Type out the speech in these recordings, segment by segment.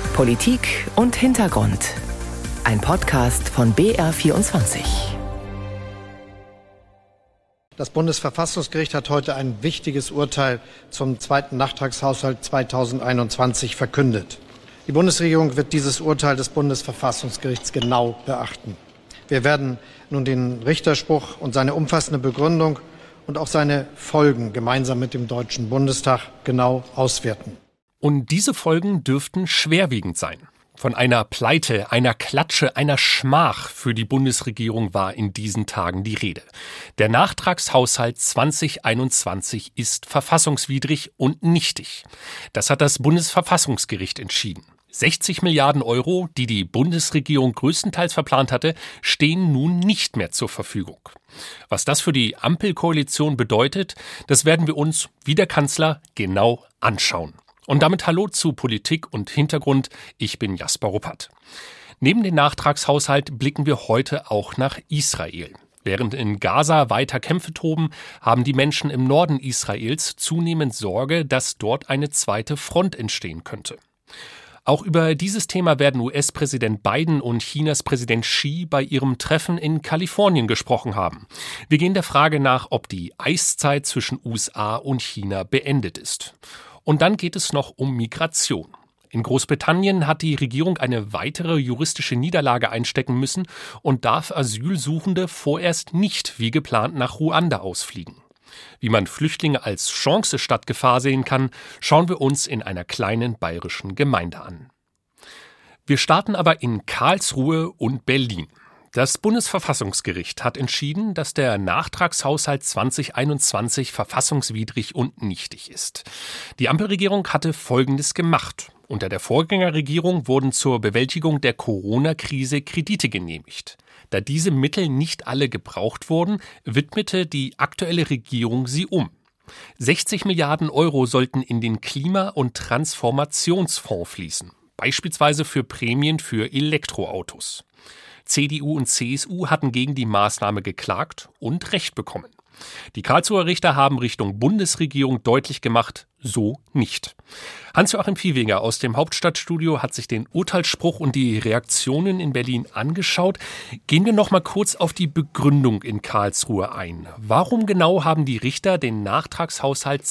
Politik und Hintergrund. Ein Podcast von BR24. Das Bundesverfassungsgericht hat heute ein wichtiges Urteil zum zweiten Nachtragshaushalt 2021 verkündet. Die Bundesregierung wird dieses Urteil des Bundesverfassungsgerichts genau beachten. Wir werden nun den Richterspruch und seine umfassende Begründung und auch seine Folgen gemeinsam mit dem Deutschen Bundestag genau auswerten. Und diese Folgen dürften schwerwiegend sein. Von einer Pleite, einer Klatsche, einer Schmach für die Bundesregierung war in diesen Tagen die Rede. Der Nachtragshaushalt 2021 ist verfassungswidrig und nichtig. Das hat das Bundesverfassungsgericht entschieden. 60 Milliarden Euro, die die Bundesregierung größtenteils verplant hatte, stehen nun nicht mehr zur Verfügung. Was das für die Ampelkoalition bedeutet, das werden wir uns, wie der Kanzler, genau anschauen. Und damit hallo zu Politik und Hintergrund. Ich bin Jasper Ruppert. Neben dem Nachtragshaushalt blicken wir heute auch nach Israel. Während in Gaza weiter Kämpfe toben, haben die Menschen im Norden Israels zunehmend Sorge, dass dort eine zweite Front entstehen könnte. Auch über dieses Thema werden US-Präsident Biden und Chinas Präsident Xi bei ihrem Treffen in Kalifornien gesprochen haben. Wir gehen der Frage nach, ob die Eiszeit zwischen USA und China beendet ist. Und dann geht es noch um Migration. In Großbritannien hat die Regierung eine weitere juristische Niederlage einstecken müssen und darf Asylsuchende vorerst nicht wie geplant nach Ruanda ausfliegen. Wie man Flüchtlinge als Chance statt Gefahr sehen kann, schauen wir uns in einer kleinen bayerischen Gemeinde an. Wir starten aber in Karlsruhe und Berlin. Das Bundesverfassungsgericht hat entschieden, dass der Nachtragshaushalt 2021 verfassungswidrig und nichtig ist. Die Ampelregierung hatte Folgendes gemacht. Unter der Vorgängerregierung wurden zur Bewältigung der Corona-Krise Kredite genehmigt. Da diese Mittel nicht alle gebraucht wurden, widmete die aktuelle Regierung sie um. 60 Milliarden Euro sollten in den Klima- und Transformationsfonds fließen, beispielsweise für Prämien für Elektroautos. CDU und CSU hatten gegen die Maßnahme geklagt und Recht bekommen. Die Karlsruher Richter haben Richtung Bundesregierung deutlich gemacht, so nicht. Hans-Joachim Viehweger aus dem Hauptstadtstudio hat sich den Urteilsspruch und die Reaktionen in Berlin angeschaut. Gehen wir noch mal kurz auf die Begründung in Karlsruhe ein. Warum genau haben die Richter den Nachtragshaushalt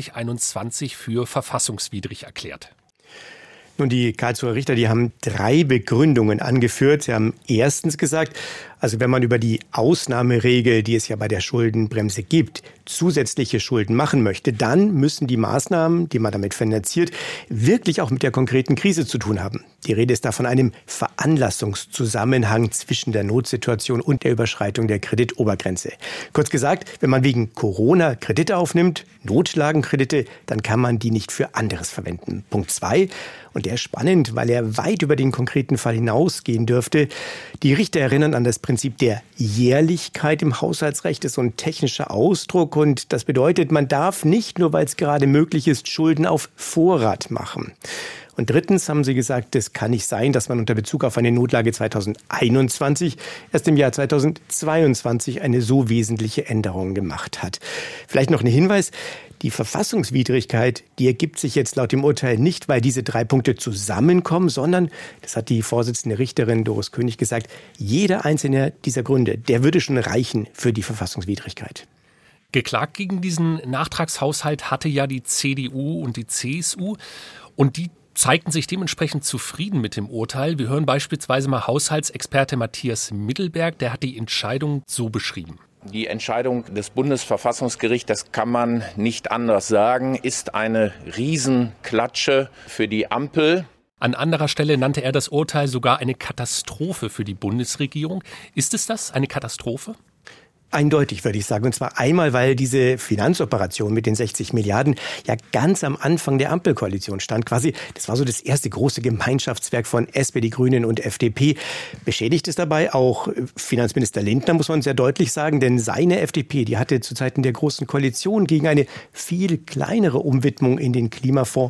2021 für verfassungswidrig erklärt? Nun, die Karlsruher Richter, die haben 3 Begründungen angeführt. Sie haben erstens gesagt, also wenn man über die Ausnahmeregel, die es ja bei der Schuldenbremse gibt, zusätzliche Schulden machen möchte, dann müssen die Maßnahmen, die man damit finanziert, wirklich auch mit der konkreten Krise zu tun haben. Die Rede ist da von einem Veranlassungszusammenhang zwischen der Notsituation und der Überschreitung der Kreditobergrenze. Kurz gesagt, wenn man wegen Corona Kredite aufnimmt, Notlagenkredite, dann kann man die nicht für anderes verwenden. Punkt 2, und der ist spannend, weil er weit über den konkreten Fall hinausgehen dürfte. Die Richter erinnern an das Prinzip der Jährlichkeit im Haushaltsrecht. Das ist so ein technischer Ausdruck und das bedeutet, man darf nicht, nur weil es gerade möglich ist, Schulden auf Vorrat machen. Und drittens haben sie gesagt, es kann nicht sein, dass man unter Bezug auf eine Notlage 2021 erst im Jahr 2022 eine so wesentliche Änderung gemacht hat. Vielleicht noch ein Hinweis. Die Verfassungswidrigkeit, die ergibt sich jetzt laut dem Urteil nicht, weil diese 3 Punkte zusammenkommen, sondern, das hat die Vorsitzende Richterin Doris König gesagt, jeder einzelne dieser Gründe, der würde schon reichen für die Verfassungswidrigkeit. Geklagt gegen diesen Nachtragshaushalt hatte ja die CDU und die CSU und die zeigten sich dementsprechend zufrieden mit dem Urteil. Wir hören beispielsweise mal Haushaltsexperte Matthias Mittelberg, der hat die Entscheidung so beschrieben. Die Entscheidung des Bundesverfassungsgerichts, das kann man nicht anders sagen, ist eine Riesenklatsche für die Ampel. An anderer Stelle nannte er das Urteil sogar eine Katastrophe für die Bundesregierung. Ist es das, eine Katastrophe? Eindeutig, würde ich sagen. Und zwar einmal, weil diese Finanzoperation mit den 60 Milliarden ja ganz am Anfang der Ampelkoalition stand. Quasi, das war so das erste große Gemeinschaftswerk von SPD, Grünen und FDP. Beschädigt ist dabei auch Finanzminister Lindner, muss man sehr deutlich sagen. Denn seine FDP, die hatte zu Zeiten der Großen Koalition gegen eine viel kleinere Umwidmung in den Klimafonds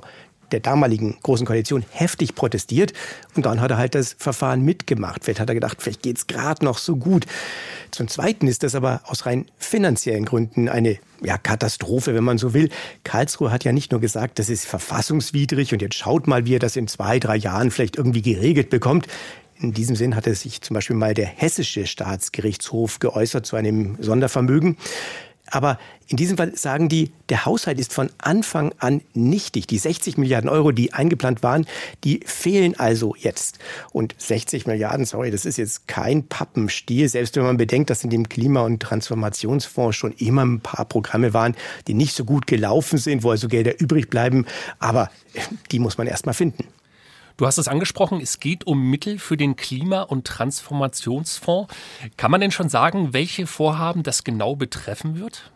der damaligen Großen Koalition heftig protestiert und dann hat er halt das Verfahren mitgemacht. Vielleicht hat er gedacht, vielleicht geht's gerade noch so gut. Zum Zweiten ist das aber aus rein finanziellen Gründen eine Katastrophe, wenn man so will. Karlsruhe hat ja nicht nur gesagt, das ist verfassungswidrig und jetzt schaut mal, wie er das in 2-3 Jahren vielleicht irgendwie geregelt bekommt. In diesem Sinn hatte sich zum Beispiel mal der Hessische Staatsgerichtshof geäußert zu einem Sondervermögen. Aber in diesem Fall sagen die, der Haushalt ist von Anfang an nichtig. Die 60 Milliarden Euro, die eingeplant waren, die fehlen also jetzt. Und 60 Milliarden, das ist jetzt kein Pappenstiel. Selbst wenn man bedenkt, dass in dem Klima- und Transformationsfonds schon immer ein paar Programme waren, die nicht so gut gelaufen sind, wo also Gelder übrig bleiben. Aber die muss man erst mal finden. Du hast es angesprochen, es geht um Mittel für den Klima- und Transformationsfonds. Kann man denn schon sagen, welche Vorhaben das genau betreffen wird?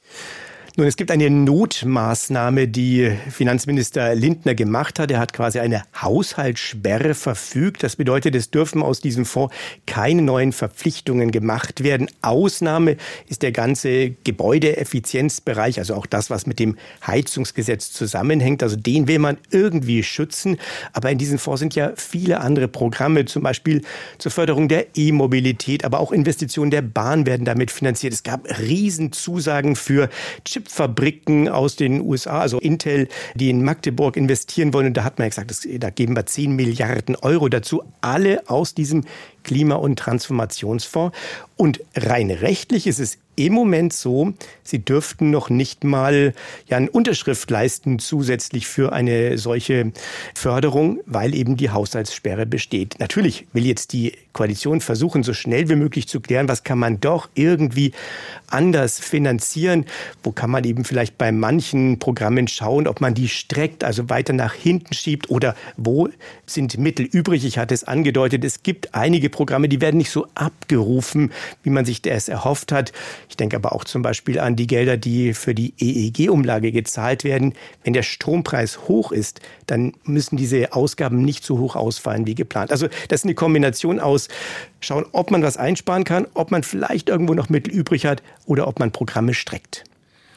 Nun, es gibt eine Notmaßnahme, die Finanzminister Lindner gemacht hat. Er hat quasi eine Haushaltssperre verfügt. Das bedeutet, es dürfen aus diesem Fonds keine neuen Verpflichtungen gemacht werden. Ausnahme ist der ganze Gebäudeeffizienzbereich, also auch das, was mit dem Heizungsgesetz zusammenhängt. Also den will man irgendwie schützen. Aber in diesem Fonds sind ja viele andere Programme, zum Beispiel zur Förderung der E-Mobilität, aber auch Investitionen der Bahn werden damit finanziert. Es gab Riesenzusagen für Chipfabriken aus den USA, also Intel, die in Magdeburg investieren wollen. Und da hat man ja gesagt, da geben wir 10 Milliarden Euro dazu, alle aus diesem Klima- und Transformationsfonds. Und rein rechtlich ist es im Moment so, sie dürften noch nicht mal eine Unterschrift leisten zusätzlich für eine solche Förderung, weil eben die Haushaltssperre besteht. Natürlich will jetzt die Koalition versuchen, so schnell wie möglich zu klären, was kann man doch irgendwie anders finanzieren, wo kann man eben vielleicht bei manchen Programmen schauen, ob man die streckt, also weiter nach hinten schiebt oder wo sind Mittel übrig. Ich hatte es angedeutet, es gibt einige Programme, die werden nicht so abgerufen, wie man sich das erhofft hat. Ich denke aber auch zum Beispiel an die Gelder, die für die EEG-Umlage gezahlt werden. Wenn der Strompreis hoch ist, dann müssen diese Ausgaben nicht so hoch ausfallen wie geplant. Also das ist eine Kombination aus schauen, ob man was einsparen kann, ob man vielleicht irgendwo noch Mittel übrig hat oder ob man Programme streckt.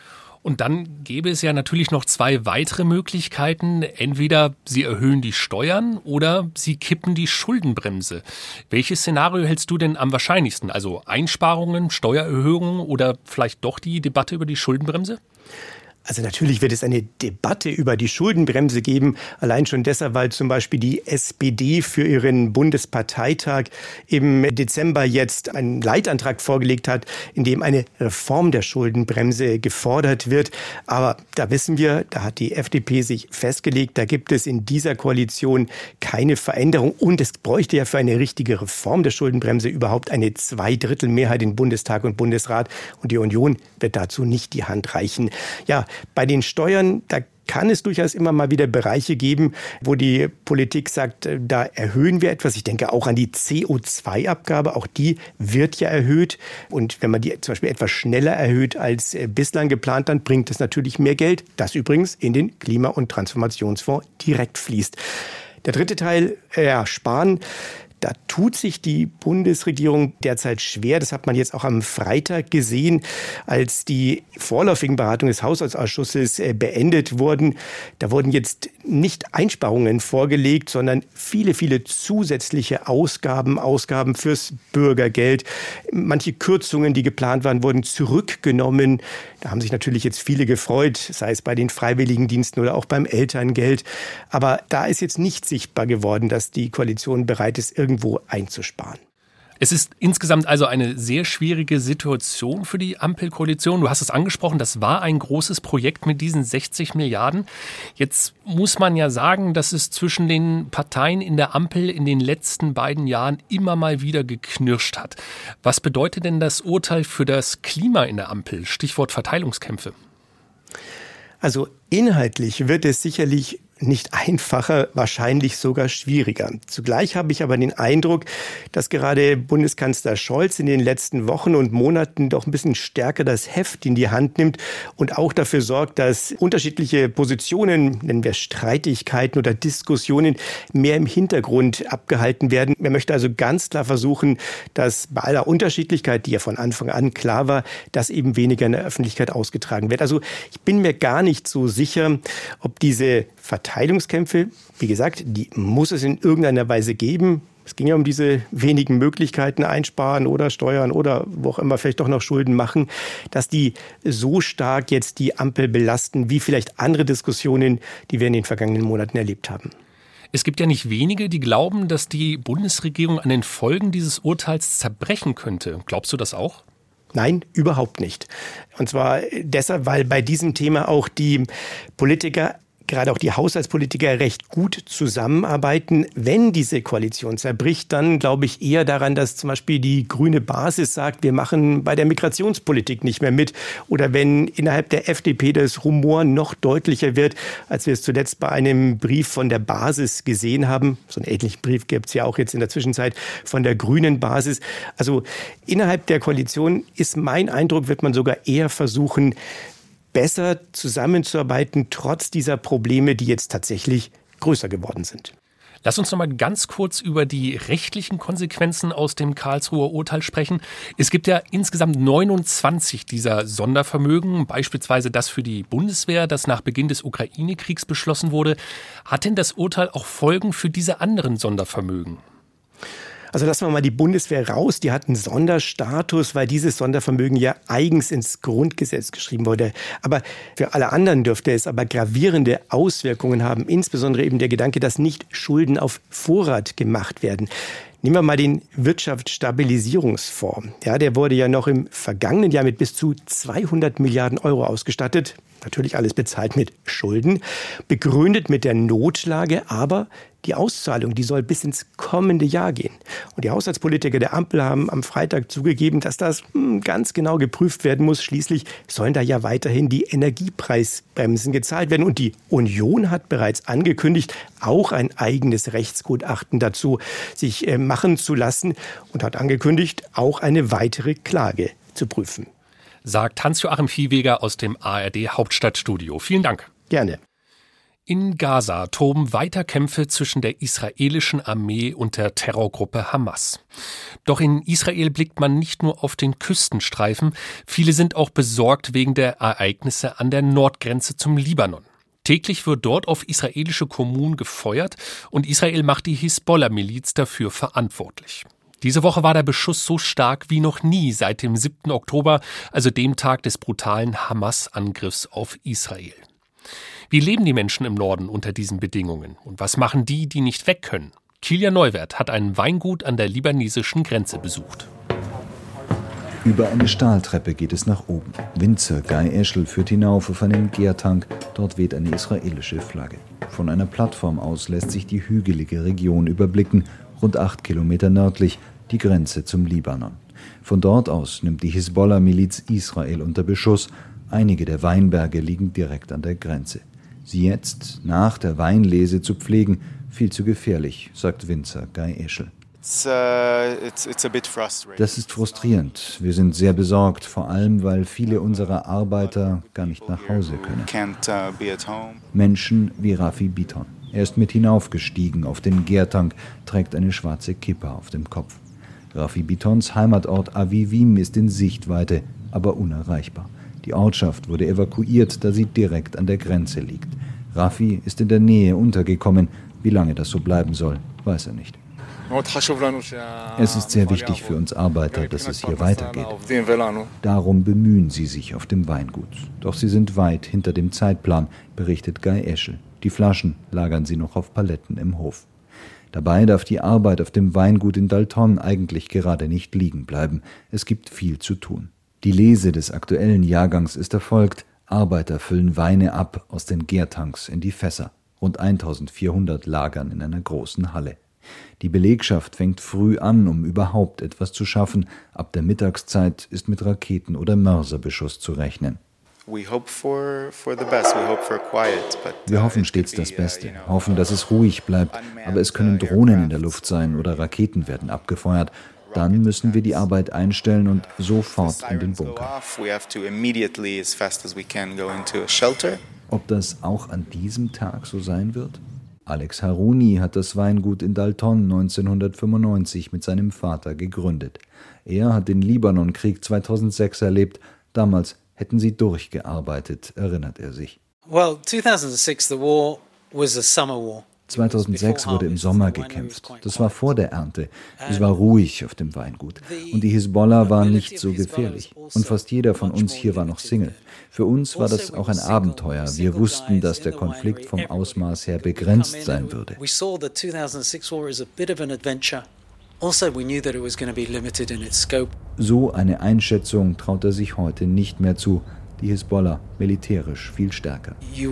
Und dann gäbe es ja natürlich noch 2 weitere Möglichkeiten. Entweder Sie erhöhen die Steuern oder Sie kippen die Schuldenbremse. Welches Szenario hältst du denn am wahrscheinlichsten? Also Einsparungen, Steuererhöhungen oder vielleicht doch die Debatte über die Schuldenbremse? Also natürlich wird es eine Debatte über die Schuldenbremse geben, allein schon deshalb, weil zum Beispiel die SPD für ihren Bundesparteitag im Dezember jetzt einen Leitantrag vorgelegt hat, in dem eine Reform der Schuldenbremse gefordert wird. Aber da wissen wir, da hat die FDP sich festgelegt, da gibt es in dieser Koalition keine Veränderung und es bräuchte ja für eine richtige Reform der Schuldenbremse überhaupt eine 2/3 im Bundestag und Bundesrat und die Union wird dazu nicht die Hand reichen. Ja, bei den Steuern, da kann es durchaus immer mal wieder Bereiche geben, wo die Politik sagt, da erhöhen wir etwas. Ich denke auch an die CO2-Abgabe, auch die wird ja erhöht. Und wenn man die zum Beispiel etwas schneller erhöht als bislang geplant, dann bringt es natürlich mehr Geld, das übrigens in den Klima- und Transformationsfonds direkt fließt. Der dritte Teil, Sparen. Da tut sich die Bundesregierung derzeit schwer. Das hat man jetzt auch am Freitag gesehen, als die vorläufigen Beratungen des Haushaltsausschusses beendet wurden. Da wurden jetzt nicht Einsparungen vorgelegt, sondern viele, viele zusätzliche Ausgaben fürs Bürgergeld. Manche Kürzungen, die geplant waren, wurden zurückgenommen. Da haben sich natürlich jetzt viele gefreut, sei es bei den Freiwilligendiensten oder auch beim Elterngeld. Aber da ist jetzt nicht sichtbar geworden, dass die Koalition bereit ist, irgendwo einzusparen. Es ist insgesamt also eine sehr schwierige Situation für die Ampelkoalition. Du hast es angesprochen, das war ein großes Projekt mit diesen 60 Milliarden. Jetzt muss man ja sagen, dass es zwischen den Parteien in der Ampel in den letzten beiden Jahren immer mal wieder geknirscht hat. Was bedeutet denn das Urteil für das Klima in der Ampel? Stichwort Verteilungskämpfe. Also inhaltlich wird es sicherlich nicht einfacher, wahrscheinlich sogar schwieriger. Zugleich habe ich aber den Eindruck, dass gerade Bundeskanzler Scholz in den letzten Wochen und Monaten doch ein bisschen stärker das Heft in die Hand nimmt und auch dafür sorgt, dass unterschiedliche Positionen, nennen wir Streitigkeiten oder Diskussionen, mehr im Hintergrund abgehalten werden. Er möchte also ganz klar versuchen, dass bei aller Unterschiedlichkeit, die ja von Anfang an klar war, dass eben weniger in der Öffentlichkeit ausgetragen wird. Also ich bin mir gar nicht so sicher, ob diese Verteilungskämpfe, wie gesagt, die muss es in irgendeiner Weise geben. Es ging ja um diese wenigen Möglichkeiten, einsparen oder steuern oder wo auch immer vielleicht doch noch Schulden machen, dass die so stark jetzt die Ampel belasten, wie vielleicht andere Diskussionen, die wir in den vergangenen Monaten erlebt haben. Es gibt ja nicht wenige, die glauben, dass die Bundesregierung an den Folgen dieses Urteils zerbrechen könnte. Glaubst du das auch? Nein, überhaupt nicht. Und zwar deshalb, weil bei diesem Thema auch die Politiker, gerade auch die Haushaltspolitiker, recht gut zusammenarbeiten. Wenn diese Koalition zerbricht, dann glaube ich eher daran, dass zum Beispiel die grüne Basis sagt, wir machen bei der Migrationspolitik nicht mehr mit. Oder wenn innerhalb der FDP das Rumor noch deutlicher wird, als wir es zuletzt bei einem Brief von der Basis gesehen haben. So einen ähnlichen Brief gibt es ja auch jetzt in der Zwischenzeit von der grünen Basis. Also innerhalb der Koalition ist mein Eindruck, wird man sogar eher versuchen, besser zusammenzuarbeiten, trotz dieser Probleme, die jetzt tatsächlich größer geworden sind. Lass uns noch mal ganz kurz über die rechtlichen Konsequenzen aus dem Karlsruher Urteil sprechen. Es gibt ja insgesamt 29 dieser Sondervermögen, beispielsweise das für die Bundeswehr, das nach Beginn des Ukraine-Kriegs beschlossen wurde. Hat denn das Urteil auch Folgen für diese anderen Sondervermögen? Also lassen wir mal die Bundeswehr raus. Die hat einen Sonderstatus, weil dieses Sondervermögen ja eigens ins Grundgesetz geschrieben wurde. Aber für alle anderen dürfte es aber gravierende Auswirkungen haben. Insbesondere eben der Gedanke, dass nicht Schulden auf Vorrat gemacht werden. Nehmen wir mal den Wirtschaftsstabilisierungsfonds. Ja, der wurde ja noch im vergangenen Jahr mit bis zu 200 Milliarden Euro ausgestattet. Natürlich alles bezahlt mit Schulden, begründet mit der Notlage, aber die Auszahlung, die soll bis ins kommende Jahr gehen. Und die Haushaltspolitiker der Ampel haben am Freitag zugegeben, dass das ganz genau geprüft werden muss. Schließlich sollen da ja weiterhin die Energiepreisbremsen gezahlt werden. Und die Union hat bereits angekündigt, auch ein eigenes Rechtsgutachten dazu sich machen zu lassen und hat angekündigt, auch eine weitere Klage zu prüfen. Sagt Hans-Joachim Viehweger aus dem ARD Hauptstadtstudio. Vielen Dank. Gerne. In Gaza toben weiter Kämpfe zwischen der israelischen Armee und der Terrorgruppe Hamas. Doch in Israel blickt man nicht nur auf den Küstenstreifen, viele sind auch besorgt wegen der Ereignisse an der Nordgrenze zum Libanon. Täglich wird dort auf israelische Kommunen gefeuert und Israel macht die Hisbollah-Miliz dafür verantwortlich. Diese Woche war der Beschuss so stark wie noch nie seit dem 7. Oktober, also dem Tag des brutalen Hamas-Angriffs auf Israel. Wie leben die Menschen im Norden unter diesen Bedingungen? Und was machen die, die nicht weg können? Kilian Neuwert hat ein Weingut an der libanesischen Grenze besucht. Über eine Stahltreppe geht es nach oben. Winzer Guy Eschel führt hinauf auf einen Gärtank. Dort weht eine israelische Flagge. Von einer Plattform aus lässt sich die hügelige Region überblicken, rund 8 Kilometer nördlich, die Grenze zum Libanon. Von dort aus nimmt die Hisbollah-Miliz Israel unter Beschuss. Einige der Weinberge liegen direkt an der Grenze. Sie jetzt, nach der Weinlese zu pflegen, viel zu gefährlich, sagt Winzer Guy Eschel. Das ist frustrierend. Wir sind sehr besorgt, vor allem, weil viele unserer Arbeiter gar nicht nach Hause können. Menschen wie Rafi Biton. Er ist mit hinaufgestiegen auf den Gärtank, trägt eine schwarze Kippa auf dem Kopf. Rafi Bitons Heimatort Avivim ist in Sichtweite, aber unerreichbar. Die Ortschaft wurde evakuiert, da sie direkt an der Grenze liegt. Rafi ist in der Nähe untergekommen. Wie lange das so bleiben soll, weiß er nicht. Es ist sehr wichtig für uns Arbeiter, dass es hier weitergeht. Darum bemühen sie sich auf dem Weingut. Doch sie sind weit hinter dem Zeitplan, berichtet Guy Eschel. Die Flaschen lagern sie noch auf Paletten im Hof. Dabei darf die Arbeit auf dem Weingut in Dalton eigentlich gerade nicht liegen bleiben. Es gibt viel zu tun. Die Lese des aktuellen Jahrgangs ist erfolgt. Arbeiter füllen Weine ab aus den Gärtanks in die Fässer. Rund 1400 lagern in einer großen Halle. Die Belegschaft fängt früh an, um überhaupt etwas zu schaffen. Ab der Mittagszeit ist mit Raketen- oder Mörserbeschuss zu rechnen. Wir hoffen stets das Beste, hoffen, dass es ruhig bleibt, aber es können Drohnen in der Luft sein oder Raketen werden abgefeuert. Dann müssen wir die Arbeit einstellen und sofort in den Bunker. Ob das auch an diesem Tag so sein wird? Alex Haruni hat das Weingut in Dalton 1995 mit seinem Vater gegründet. Er hat den Libanonkrieg 2006 erlebt. Damals hätten sie durchgearbeitet, erinnert er sich. Well, 2006, the war was a summer war. 2006 wurde im Sommer gekämpft. Das war vor der Ernte. Es war ruhig auf dem Weingut. Und die Hisbollah war nicht so gefährlich. Und fast jeder von uns hier war noch Single. Für uns war das auch ein Abenteuer. Wir wussten, dass der Konflikt vom Ausmaß her begrenzt sein würde. So eine Einschätzung traut er sich heute nicht mehr zu. Die Hisbollah militärisch viel stärker.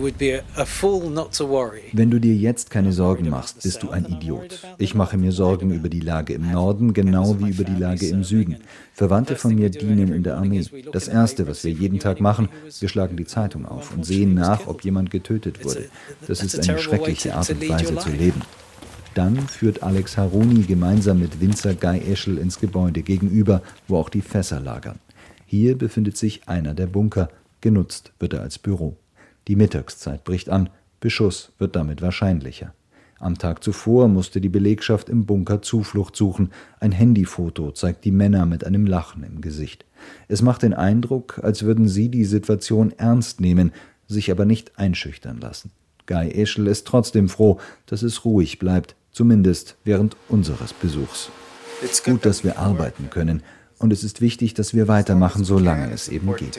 Wenn du dir jetzt keine Sorgen machst, bist du ein Idiot. Ich mache mir Sorgen über die Lage im Norden, genau wie über die Lage im Süden. Verwandte von mir dienen in der Armee. Das Erste, was wir jeden Tag machen, wir schlagen die Zeitung auf und sehen nach, ob jemand getötet wurde. Das ist eine schreckliche Art und Weise zu leben. Dann führt Alex Haruni gemeinsam mit Winzer Guy Eschel ins Gebäude gegenüber, wo auch die Fässer lagern. Hier befindet sich einer der Bunker. Genutzt wird er als Büro. Die Mittagszeit bricht an. Beschuss wird damit wahrscheinlicher. Am Tag zuvor musste die Belegschaft im Bunker Zuflucht suchen. Ein Handyfoto zeigt die Männer mit einem Lachen im Gesicht. Es macht den Eindruck, als würden sie die Situation ernst nehmen, sich aber nicht einschüchtern lassen. Guy Eschel ist trotzdem froh, dass es ruhig bleibt, zumindest während unseres Besuchs. Es ist gut, dass wir arbeiten können. Und es ist wichtig, dass wir weitermachen, solange es eben geht.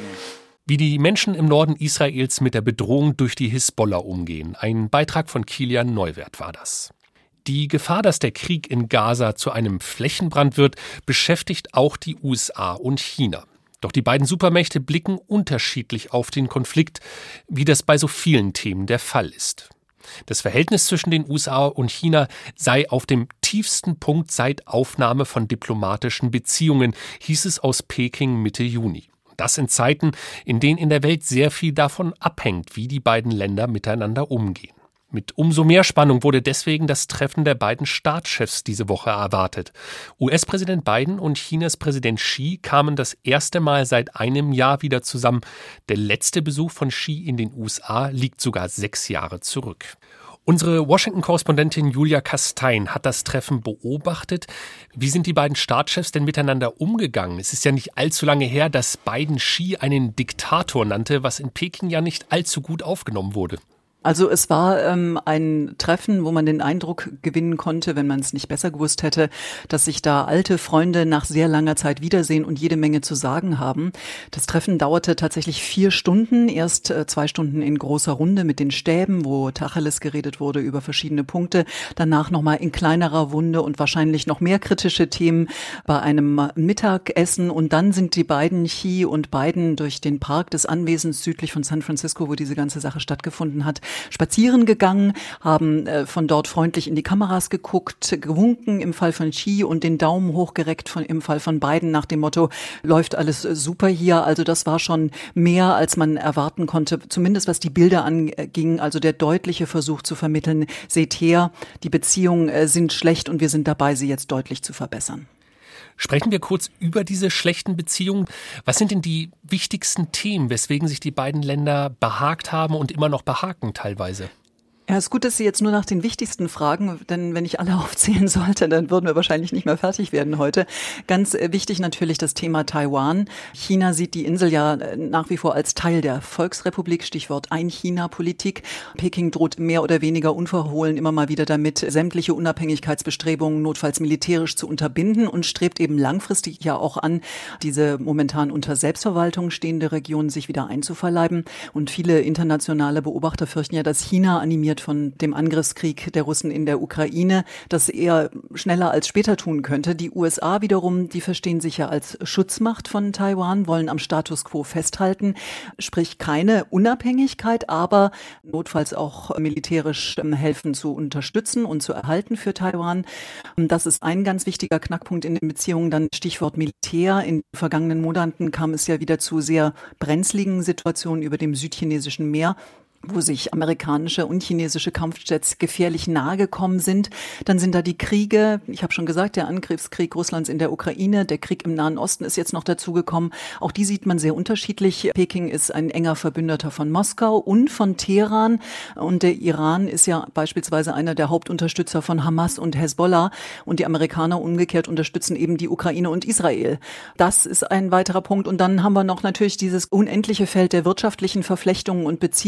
Wie die Menschen im Norden Israels mit der Bedrohung durch die Hisbollah umgehen. Ein Beitrag von Kilian Neuwert war das. Die Gefahr, dass der Krieg in Gaza zu einem Flächenbrand wird, beschäftigt auch die USA und China. Doch die beiden Supermächte blicken unterschiedlich auf den Konflikt, wie das bei so vielen Themen der Fall ist. Das Verhältnis zwischen den USA und China sei auf dem tiefsten Punkt seit Aufnahme von diplomatischen Beziehungen, hieß es aus Peking Mitte Juni. Das in Zeiten, in denen in der Welt sehr viel davon abhängt, wie die beiden Länder miteinander umgehen. Mit umso mehr Spannung wurde deswegen das Treffen der beiden Staatschefs diese Woche erwartet. US-Präsident Biden und Chinas Präsident Xi kamen das erste Mal seit einem Jahr wieder zusammen. Der letzte Besuch von Xi in den USA liegt sogar 6 Jahre zurück. Unsere Washington-Korrespondentin Julia Kastein hat das Treffen beobachtet. Wie sind die beiden Staatschefs denn miteinander umgegangen? Es ist ja nicht allzu lange her, dass Biden Xi einen Diktator nannte, was in Peking ja nicht allzu gut aufgenommen wurde. Also es war ein Treffen, wo man den Eindruck gewinnen konnte, wenn man es nicht besser gewusst hätte, dass sich da alte Freunde nach sehr langer Zeit wiedersehen und jede Menge zu sagen haben. Das Treffen dauerte tatsächlich 4 Stunden, erst 2 Stunden in großer Runde mit den Stäben, wo Tacheles geredet wurde über verschiedene Punkte, danach nochmal in kleinerer Runde und wahrscheinlich noch mehr kritische Themen bei einem Mittagessen und dann sind die beiden, Xi und Biden, durch den Park des Anwesens südlich von San Francisco, wo diese ganze Sache stattgefunden hat, spazieren gegangen, haben von dort freundlich in die Kameras geguckt, gewunken im Fall von Xi und den Daumen hochgereckt im Fall von Biden nach dem Motto, läuft alles super hier. Also das war schon mehr, als man erwarten konnte, zumindest was die Bilder anging. Also der deutliche Versuch zu vermitteln, seht her, die Beziehungen sind schlecht und wir sind dabei, sie jetzt deutlich zu verbessern. Sprechen wir kurz über diese schlechten Beziehungen. Was sind denn die wichtigsten Themen, weswegen sich die beiden Länder behagt haben und immer noch behaken teilweise? Ja, es ist gut, dass Sie jetzt nur nach den wichtigsten fragen, denn wenn ich alle aufzählen sollte, dann würden wir wahrscheinlich nicht mehr fertig werden heute. Ganz wichtig natürlich das Thema Taiwan. China sieht die Insel ja nach wie vor als Teil der Volksrepublik, Stichwort Ein-China-Politik. Peking droht mehr oder weniger unverhohlen immer mal wieder damit, sämtliche Unabhängigkeitsbestrebungen notfalls militärisch zu unterbinden und strebt eben langfristig ja auch an, diese momentan unter Selbstverwaltung stehende Region sich wieder einzuverleiben. Und viele internationale Beobachter fürchten ja, dass China animiert von dem Angriffskrieg der Russen in der Ukraine, das eher schneller als später tun könnte. Die USA wiederum, die verstehen sich ja als Schutzmacht von Taiwan, wollen am Status quo festhalten, sprich keine Unabhängigkeit, aber notfalls auch militärisch helfen zu unterstützen und zu erhalten für Taiwan. Das ist ein ganz wichtiger Knackpunkt in den Beziehungen. Dann Stichwort Militär. In den vergangenen Monaten kam es ja wieder zu sehr brenzligen Situationen über dem südchinesischen Meer, wo sich amerikanische und chinesische Kampfjets gefährlich nahe gekommen sind. Dann sind da die Kriege, ich habe schon gesagt, der Angriffskrieg Russlands in der Ukraine, der Krieg im Nahen Osten ist jetzt noch dazugekommen. Auch die sieht man sehr unterschiedlich. Peking ist ein enger Verbündeter von Moskau und von Teheran und der Iran ist ja beispielsweise einer der Hauptunterstützer von Hamas und Hezbollah und die Amerikaner umgekehrt unterstützen eben die Ukraine und Israel. Das ist ein weiterer Punkt und dann haben wir noch natürlich dieses unendliche Feld der wirtschaftlichen Verflechtungen und Beziehungen.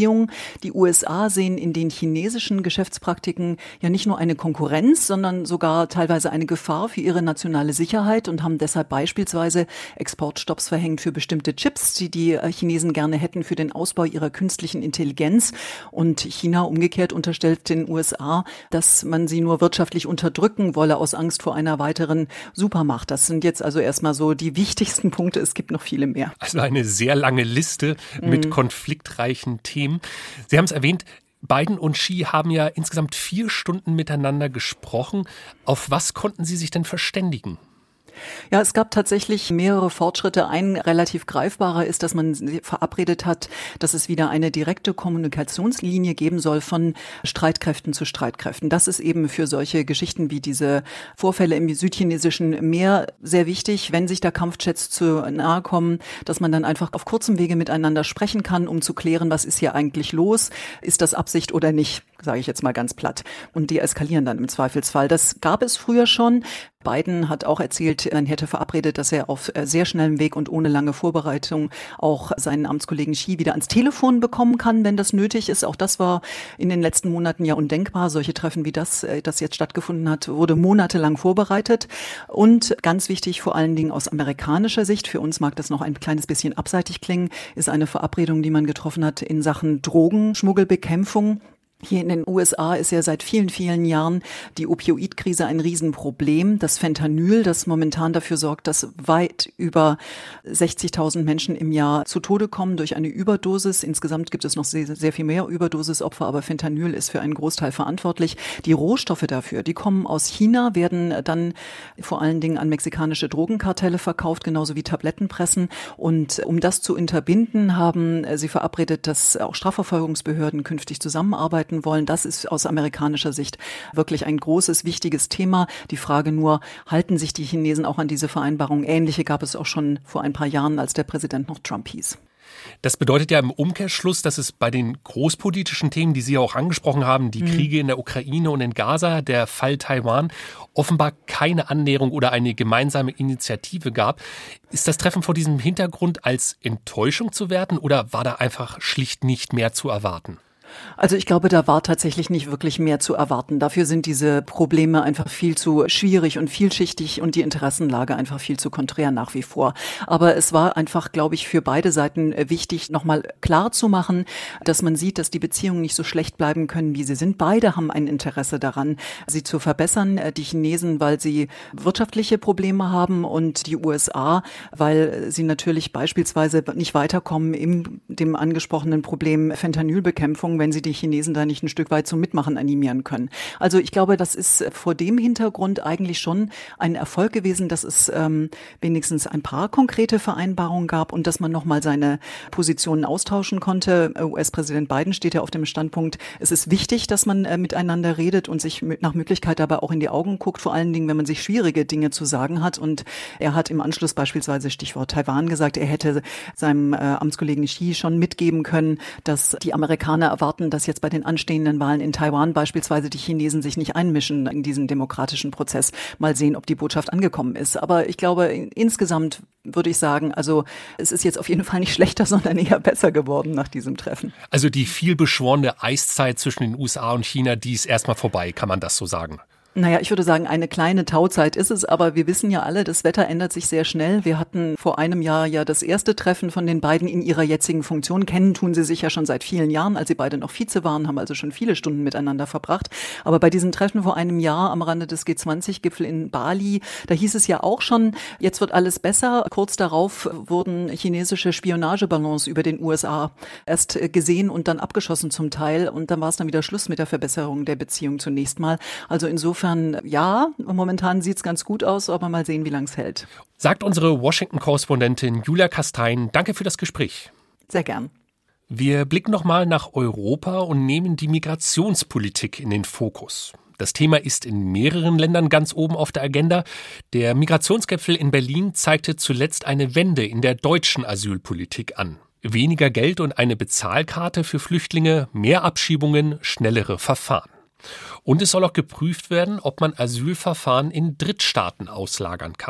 Die USA sehen in den chinesischen Geschäftspraktiken ja nicht nur eine Konkurrenz, sondern sogar teilweise eine Gefahr für ihre nationale Sicherheit und haben deshalb beispielsweise Exportstopps verhängt für bestimmte Chips, die die Chinesen gerne hätten für den Ausbau ihrer künstlichen Intelligenz. Und China umgekehrt unterstellt den USA, dass man sie nur wirtschaftlich unterdrücken wolle aus Angst vor einer weiteren Supermacht. Das sind jetzt also erstmal so die wichtigsten Punkte. Es gibt noch viele mehr. Also eine sehr lange Liste mit konfliktreichen Themen. Sie haben es erwähnt, Biden und Xi haben ja insgesamt 4 Stunden miteinander gesprochen. Auf was konnten sie sich denn verständigen? Ja, es gab tatsächlich mehrere Fortschritte. Ein relativ greifbarer ist, dass man verabredet hat, dass es wieder eine direkte Kommunikationslinie geben soll von Streitkräften zu Streitkräften. Das ist eben für solche Geschichten wie diese Vorfälle im südchinesischen Meer sehr wichtig, wenn sich da Kampfjets zu nahe kommen, dass man dann einfach auf kurzem Wege miteinander sprechen kann, um zu klären, was ist hier eigentlich los? Ist das Absicht oder nicht? Sage ich jetzt mal ganz platt. Und deeskalieren dann im Zweifelsfall. Das gab es früher schon. Biden hat auch erzählt, man hätte verabredet, dass er auf sehr schnellem Weg und ohne lange Vorbereitung auch seinen Amtskollegen Xi wieder ans Telefon bekommen kann, wenn das nötig ist. Auch das war in den letzten Monaten ja undenkbar. Solche Treffen wie das jetzt stattgefunden hat, wurde monatelang vorbereitet. Und ganz wichtig, vor allen Dingen aus amerikanischer Sicht, für uns mag das noch ein kleines bisschen abseitig klingen, ist eine Verabredung, die man getroffen hat in Sachen Drogenschmuggelbekämpfung. Hier in den USA ist ja seit vielen, vielen Jahren die Opioidkrise ein Riesenproblem. Das Fentanyl, das momentan dafür sorgt, dass weit über 60.000 Menschen im Jahr zu Tode kommen durch eine Überdosis. Insgesamt gibt es noch sehr, sehr viel mehr Überdosisopfer, aber Fentanyl ist für einen Großteil verantwortlich. Die Rohstoffe dafür, die kommen aus China, werden dann vor allen Dingen an mexikanische Drogenkartelle verkauft, genauso wie Tablettenpressen. Und um das zu unterbinden, haben sie verabredet, dass auch Strafverfolgungsbehörden künftig zusammenarbeiten wollen. Das ist aus amerikanischer Sicht wirklich ein großes, wichtiges Thema. Die Frage nur, halten sich die Chinesen auch an diese Vereinbarung? Ähnliche gab es auch schon vor ein paar Jahren, als der Präsident noch Trump hieß. Das bedeutet ja im Umkehrschluss, dass es bei den großpolitischen Themen, die Sie ja auch angesprochen haben, die Kriege in der Ukraine und in Gaza, der Fall Taiwan, offenbar keine Annäherung oder eine gemeinsame Initiative gab. Ist das Treffen vor diesem Hintergrund als Enttäuschung zu werten oder war da einfach schlicht nicht mehr zu erwarten? Also ich glaube, da war tatsächlich nicht wirklich mehr zu erwarten. Dafür sind diese Probleme einfach viel zu schwierig und vielschichtig und die Interessenlage einfach viel zu konträr nach wie vor. Aber es war einfach, glaube ich, für beide Seiten wichtig, nochmal klar zu machen, dass man sieht, dass die Beziehungen nicht so schlecht bleiben können, wie sie sind. Beide haben ein Interesse daran, sie zu verbessern. Die Chinesen, weil sie wirtschaftliche Probleme haben und die USA, weil sie natürlich beispielsweise nicht weiterkommen in dem angesprochenen Problem Fentanylbekämpfung, wenn sie die Chinesen da nicht ein Stück weit zum Mitmachen animieren können. Also ich glaube, das ist vor dem Hintergrund eigentlich schon ein Erfolg gewesen, dass es wenigstens ein paar konkrete Vereinbarungen gab und dass man nochmal seine Positionen austauschen konnte. US-Präsident Biden steht ja auf dem Standpunkt, es ist wichtig, dass man miteinander redet und sich nach Möglichkeit dabei auch in die Augen guckt, vor allen Dingen, wenn man sich schwierige Dinge zu sagen hat. Und er hat im Anschluss beispielsweise, Stichwort Taiwan, gesagt, er hätte seinem Amtskollegen Xi schon mitgeben können, dass die Amerikaner erwarten, dass jetzt bei den anstehenden Wahlen in Taiwan beispielsweise die Chinesen sich nicht einmischen in diesen demokratischen Prozess. Mal sehen, ob die Botschaft angekommen ist. Aber ich glaube, insgesamt würde ich sagen, also es ist jetzt auf jeden Fall nicht schlechter, sondern eher besser geworden nach diesem Treffen. Also die vielbeschworene Eiszeit zwischen den USA und China, die ist erstmal vorbei, kann man das so sagen? Naja, ich würde sagen, eine kleine Tauzeit ist es, aber wir wissen ja alle, das Wetter ändert sich sehr schnell. Wir hatten vor einem Jahr ja das erste Treffen von den beiden in ihrer jetzigen Funktion. Kennen tun sie sich ja schon seit vielen Jahren, als sie beide noch Vize waren, haben also schon viele Stunden miteinander verbracht. Aber bei diesem Treffen vor einem Jahr am Rande des G20-Gipfel in Bali, da hieß es ja auch schon, jetzt wird alles besser. Kurz darauf wurden chinesische Spionageballons über den USA erst gesehen und dann abgeschossen zum Teil. Und dann war es dann wieder Schluss mit der Verbesserung der Beziehung zunächst mal. Also insofern ja, momentan sieht es ganz gut aus, aber mal sehen, wie lange es hält. Sagt unsere Washington-Korrespondentin Julia Kastein. Danke für das Gespräch. Sehr gern. Wir blicken nochmal nach Europa und nehmen die Migrationspolitik in den Fokus. Das Thema ist in mehreren Ländern ganz oben auf der Agenda. Der Migrationsgipfel in Berlin zeigte zuletzt eine Wende in der deutschen Asylpolitik an. Weniger Geld und eine Bezahlkarte für Flüchtlinge, mehr Abschiebungen, schnellere Verfahren. Und es soll auch geprüft werden, ob man Asylverfahren in Drittstaaten auslagern kann.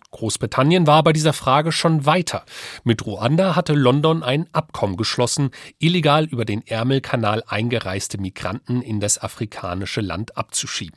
Großbritannien war bei dieser Frage schon weiter. Mit Ruanda hatte London ein Abkommen geschlossen, illegal über den Ärmelkanal eingereiste Migranten in das afrikanische Land abzuschieben.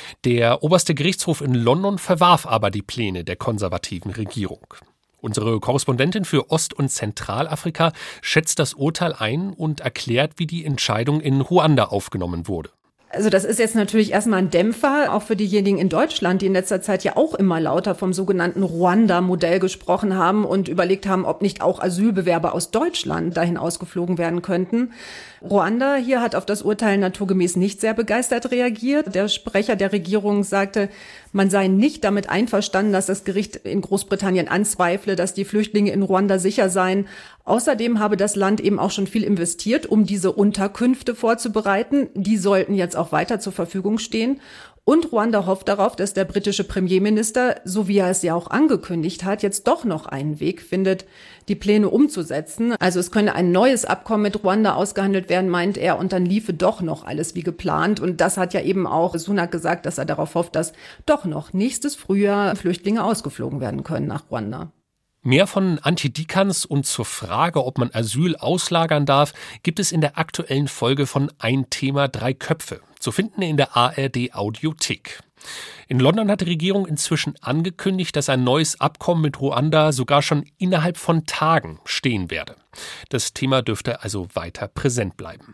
Der oberste Gerichtshof in London verwarf aber die Pläne der konservativen Regierung. Unsere Korrespondentin für Ost- und Zentralafrika schätzt das Urteil ein und erklärt, wie die Entscheidung in Ruanda aufgenommen wurde. Also das ist jetzt natürlich erstmal ein Dämpfer, auch für diejenigen in Deutschland, die in letzter Zeit ja auch immer lauter vom sogenannten Ruanda-Modell gesprochen haben und überlegt haben, ob nicht auch Asylbewerber aus Deutschland dahin ausgeflogen werden könnten. Ruanda hier hat auf das Urteil naturgemäß nicht sehr begeistert reagiert. Der Sprecher der Regierung sagte, man sei nicht damit einverstanden, dass das Gericht in Großbritannien anzweifle, dass die Flüchtlinge in Ruanda sicher seien. Außerdem habe das Land eben auch schon viel investiert, um diese Unterkünfte vorzubereiten. Die sollten jetzt auch weiter zur Verfügung stehen. Und Ruanda hofft darauf, dass der britische Premierminister, so wie er es ja auch angekündigt hat, jetzt doch noch einen Weg findet, die Pläne umzusetzen. Also es könne ein neues Abkommen mit Ruanda ausgehandelt werden, meint er, und dann liefe doch noch alles wie geplant. Und das hat ja eben auch Sunak gesagt, dass er darauf hofft, dass doch noch nächstes Frühjahr Flüchtlinge ausgeflogen werden können nach Ruanda. Mehr von Antje Dikans und zur Frage, ob man Asyl auslagern darf, gibt es in der aktuellen Folge von Ein Thema, drei Köpfe, zu finden in der ARD Audiothek. In London hat die Regierung inzwischen angekündigt, dass ein neues Abkommen mit Ruanda sogar schon innerhalb von Tagen stehen werde. Das Thema dürfte also weiter präsent bleiben.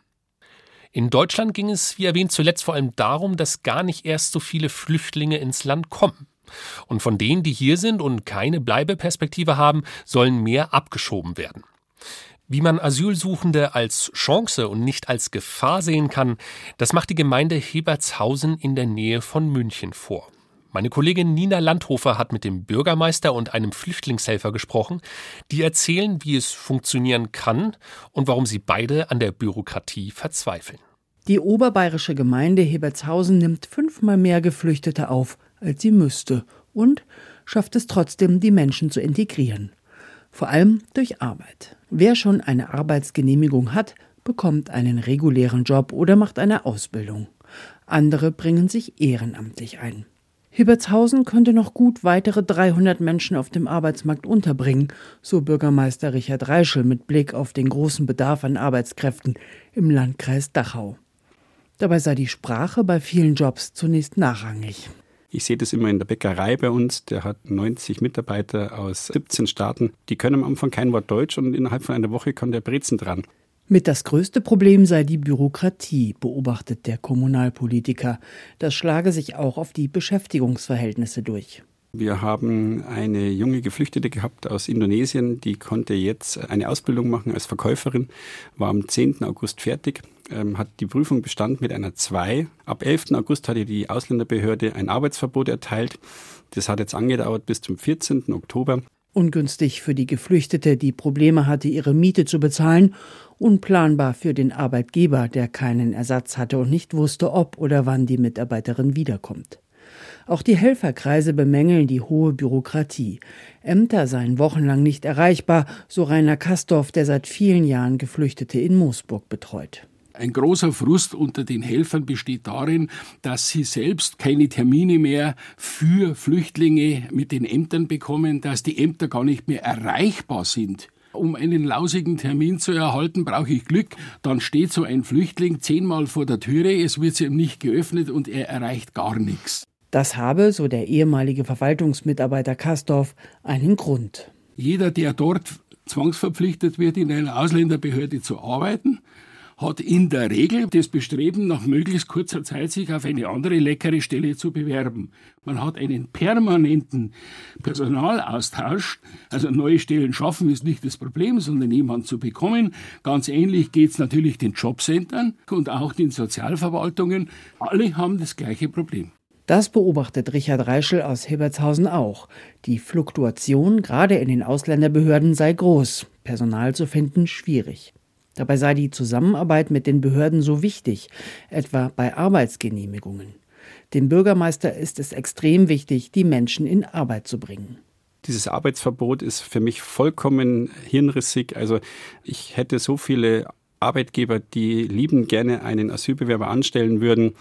In Deutschland ging es, wie erwähnt, zuletzt vor allem darum, dass gar nicht erst so viele Flüchtlinge ins Land kommen. Und von denen, die hier sind und keine Bleibeperspektive haben, sollen mehr abgeschoben werden. Wie man Asylsuchende als Chance und nicht als Gefahr sehen kann, das macht die Gemeinde Hebertshausen in der Nähe von München vor. Meine Kollegin Nina Landhofer hat mit dem Bürgermeister und einem Flüchtlingshelfer gesprochen, die erzählen, wie es funktionieren kann und warum sie beide an der Bürokratie verzweifeln. Die oberbayerische Gemeinde Hebertshausen nimmt 5-mal mehr Geflüchtete auf, als sie müsste, und schafft es trotzdem, die Menschen zu integrieren. Vor allem durch Arbeit. Wer schon eine Arbeitsgenehmigung hat, bekommt einen regulären Job oder macht eine Ausbildung. Andere bringen sich ehrenamtlich ein. Hebertshausen könnte noch gut weitere 300 Menschen auf dem Arbeitsmarkt unterbringen, so Bürgermeister Richard Reischl mit Blick auf den großen Bedarf an Arbeitskräften im Landkreis Dachau. Dabei sei die Sprache bei vielen Jobs zunächst nachrangig. Ich sehe das immer in der Bäckerei bei uns. Der hat 90 Mitarbeiter aus 17 Staaten. Die können am Anfang kein Wort Deutsch und innerhalb von einer Woche kann der Brezen dran. Mit das größte Problem sei die Bürokratie, beobachtet der Kommunalpolitiker. Das schlage sich auch auf die Beschäftigungsverhältnisse durch. Wir haben eine junge Geflüchtete gehabt aus Indonesien, die konnte jetzt eine Ausbildung machen als Verkäuferin, war am 10. August fertig, hat die Prüfung bestanden mit einer 2. Ab 11. August hatte die Ausländerbehörde ein Arbeitsverbot erteilt. Das hat jetzt angedauert bis zum 14. Oktober. Ungünstig für die Geflüchtete, die Probleme hatte, ihre Miete zu bezahlen. Unplanbar für den Arbeitgeber, der keinen Ersatz hatte und nicht wusste, ob oder wann die Mitarbeiterin wiederkommt. Auch die Helferkreise bemängeln die hohe Bürokratie. Ämter seien wochenlang nicht erreichbar, so Rainer Kastorf, der seit vielen Jahren Geflüchtete in Moosburg betreut. Ein großer Frust unter den Helfern besteht darin, dass sie selbst keine Termine mehr für Flüchtlinge mit den Ämtern bekommen, dass die Ämter gar nicht mehr erreichbar sind. Um einen lausigen Termin zu erhalten, brauche ich Glück. Dann steht so ein Flüchtling 10-mal vor der Türe, es wird ihm nicht geöffnet und er erreicht gar nichts. Das habe, so der ehemalige Verwaltungsmitarbeiter Kastorf, einen Grund. Jeder, der dort zwangsverpflichtet wird, in einer Ausländerbehörde zu arbeiten, hat in der Regel das Bestreben, nach möglichst kurzer Zeit sich auf eine andere leckere Stelle zu bewerben. Man hat einen permanenten Personalaustausch, also neue Stellen schaffen ist nicht das Problem, sondern jemanden zu bekommen. Ganz ähnlich geht es natürlich den Jobcentern und auch den Sozialverwaltungen. Alle haben das gleiche Problem. Das beobachtet Richard Reischl aus Hebertshausen auch. Die Fluktuation, gerade in den Ausländerbehörden, sei groß. Personal zu finden schwierig. Dabei sei die Zusammenarbeit mit den Behörden so wichtig, etwa bei Arbeitsgenehmigungen. Dem Bürgermeister ist es extrem wichtig, die Menschen in Arbeit zu bringen. Dieses Arbeitsverbot ist für mich vollkommen hirnrissig. Also ich hätte so viele Arbeitgeber, die liebend gerne einen Asylbewerber anstellen würden.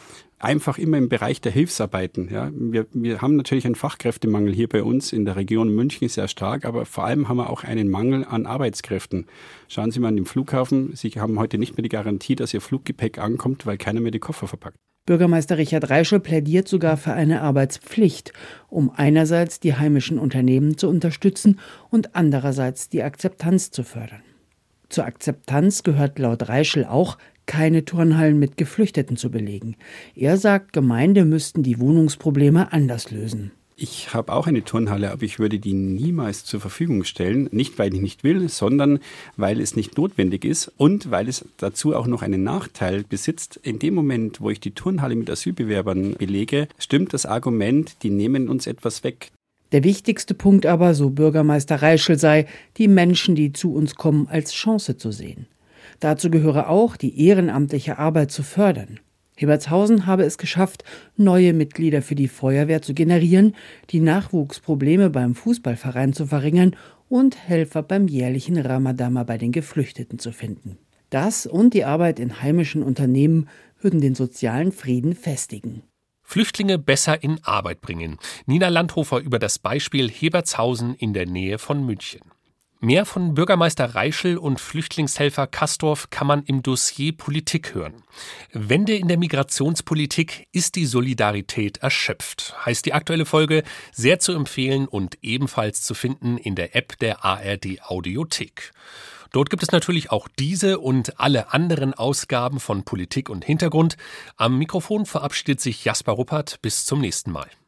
einfach immer im Bereich der Hilfsarbeiten. Ja. Wir haben natürlich einen Fachkräftemangel hier bei uns in der Region München sehr stark, aber vor allem haben wir auch einen Mangel an Arbeitskräften. Schauen Sie mal an den Flughafen. Sie haben heute nicht mehr die Garantie, dass Ihr Fluggepäck ankommt, weil keiner mehr die Koffer verpackt. Bürgermeister Richard Reischl plädiert sogar für eine Arbeitspflicht, um einerseits die heimischen Unternehmen zu unterstützen und andererseits die Akzeptanz zu fördern. Zur Akzeptanz gehört laut Reischl auch, keine Turnhallen mit Geflüchteten zu belegen. Er sagt, Gemeinden müssten die Wohnungsprobleme anders lösen. Ich habe auch eine Turnhalle, aber ich würde die niemals zur Verfügung stellen. Nicht, weil ich nicht will, sondern weil es nicht notwendig ist und weil es dazu auch noch einen Nachteil besitzt. In dem Moment, wo ich die Turnhalle mit Asylbewerbern belege, stimmt das Argument, die nehmen uns etwas weg. Der wichtigste Punkt aber, so Bürgermeister Reischl, sei, die Menschen, die zu uns kommen, als Chance zu sehen. Dazu gehöre auch, die ehrenamtliche Arbeit zu fördern. Hebertshausen habe es geschafft, neue Mitglieder für die Feuerwehr zu generieren, die Nachwuchsprobleme beim Fußballverein zu verringern und Helfer beim jährlichen Ramadama bei den Geflüchteten zu finden. Das und die Arbeit in heimischen Unternehmen würden den sozialen Frieden festigen. Flüchtlinge besser in Arbeit bringen. Nina Landhofer über das Beispiel Hebertshausen in der Nähe von München. Mehr von Bürgermeister Reischl und Flüchtlingshelfer Kastorf kann man im Dossier Politik hören. Wende in der Migrationspolitik, ist die Solidarität erschöpft, heißt die aktuelle Folge, sehr zu empfehlen und ebenfalls zu finden in der App der ARD Audiothek. Dort gibt es natürlich auch diese und alle anderen Ausgaben von Politik und Hintergrund. Am Mikrofon verabschiedet sich Jasper Ruppert. Bis zum nächsten Mal.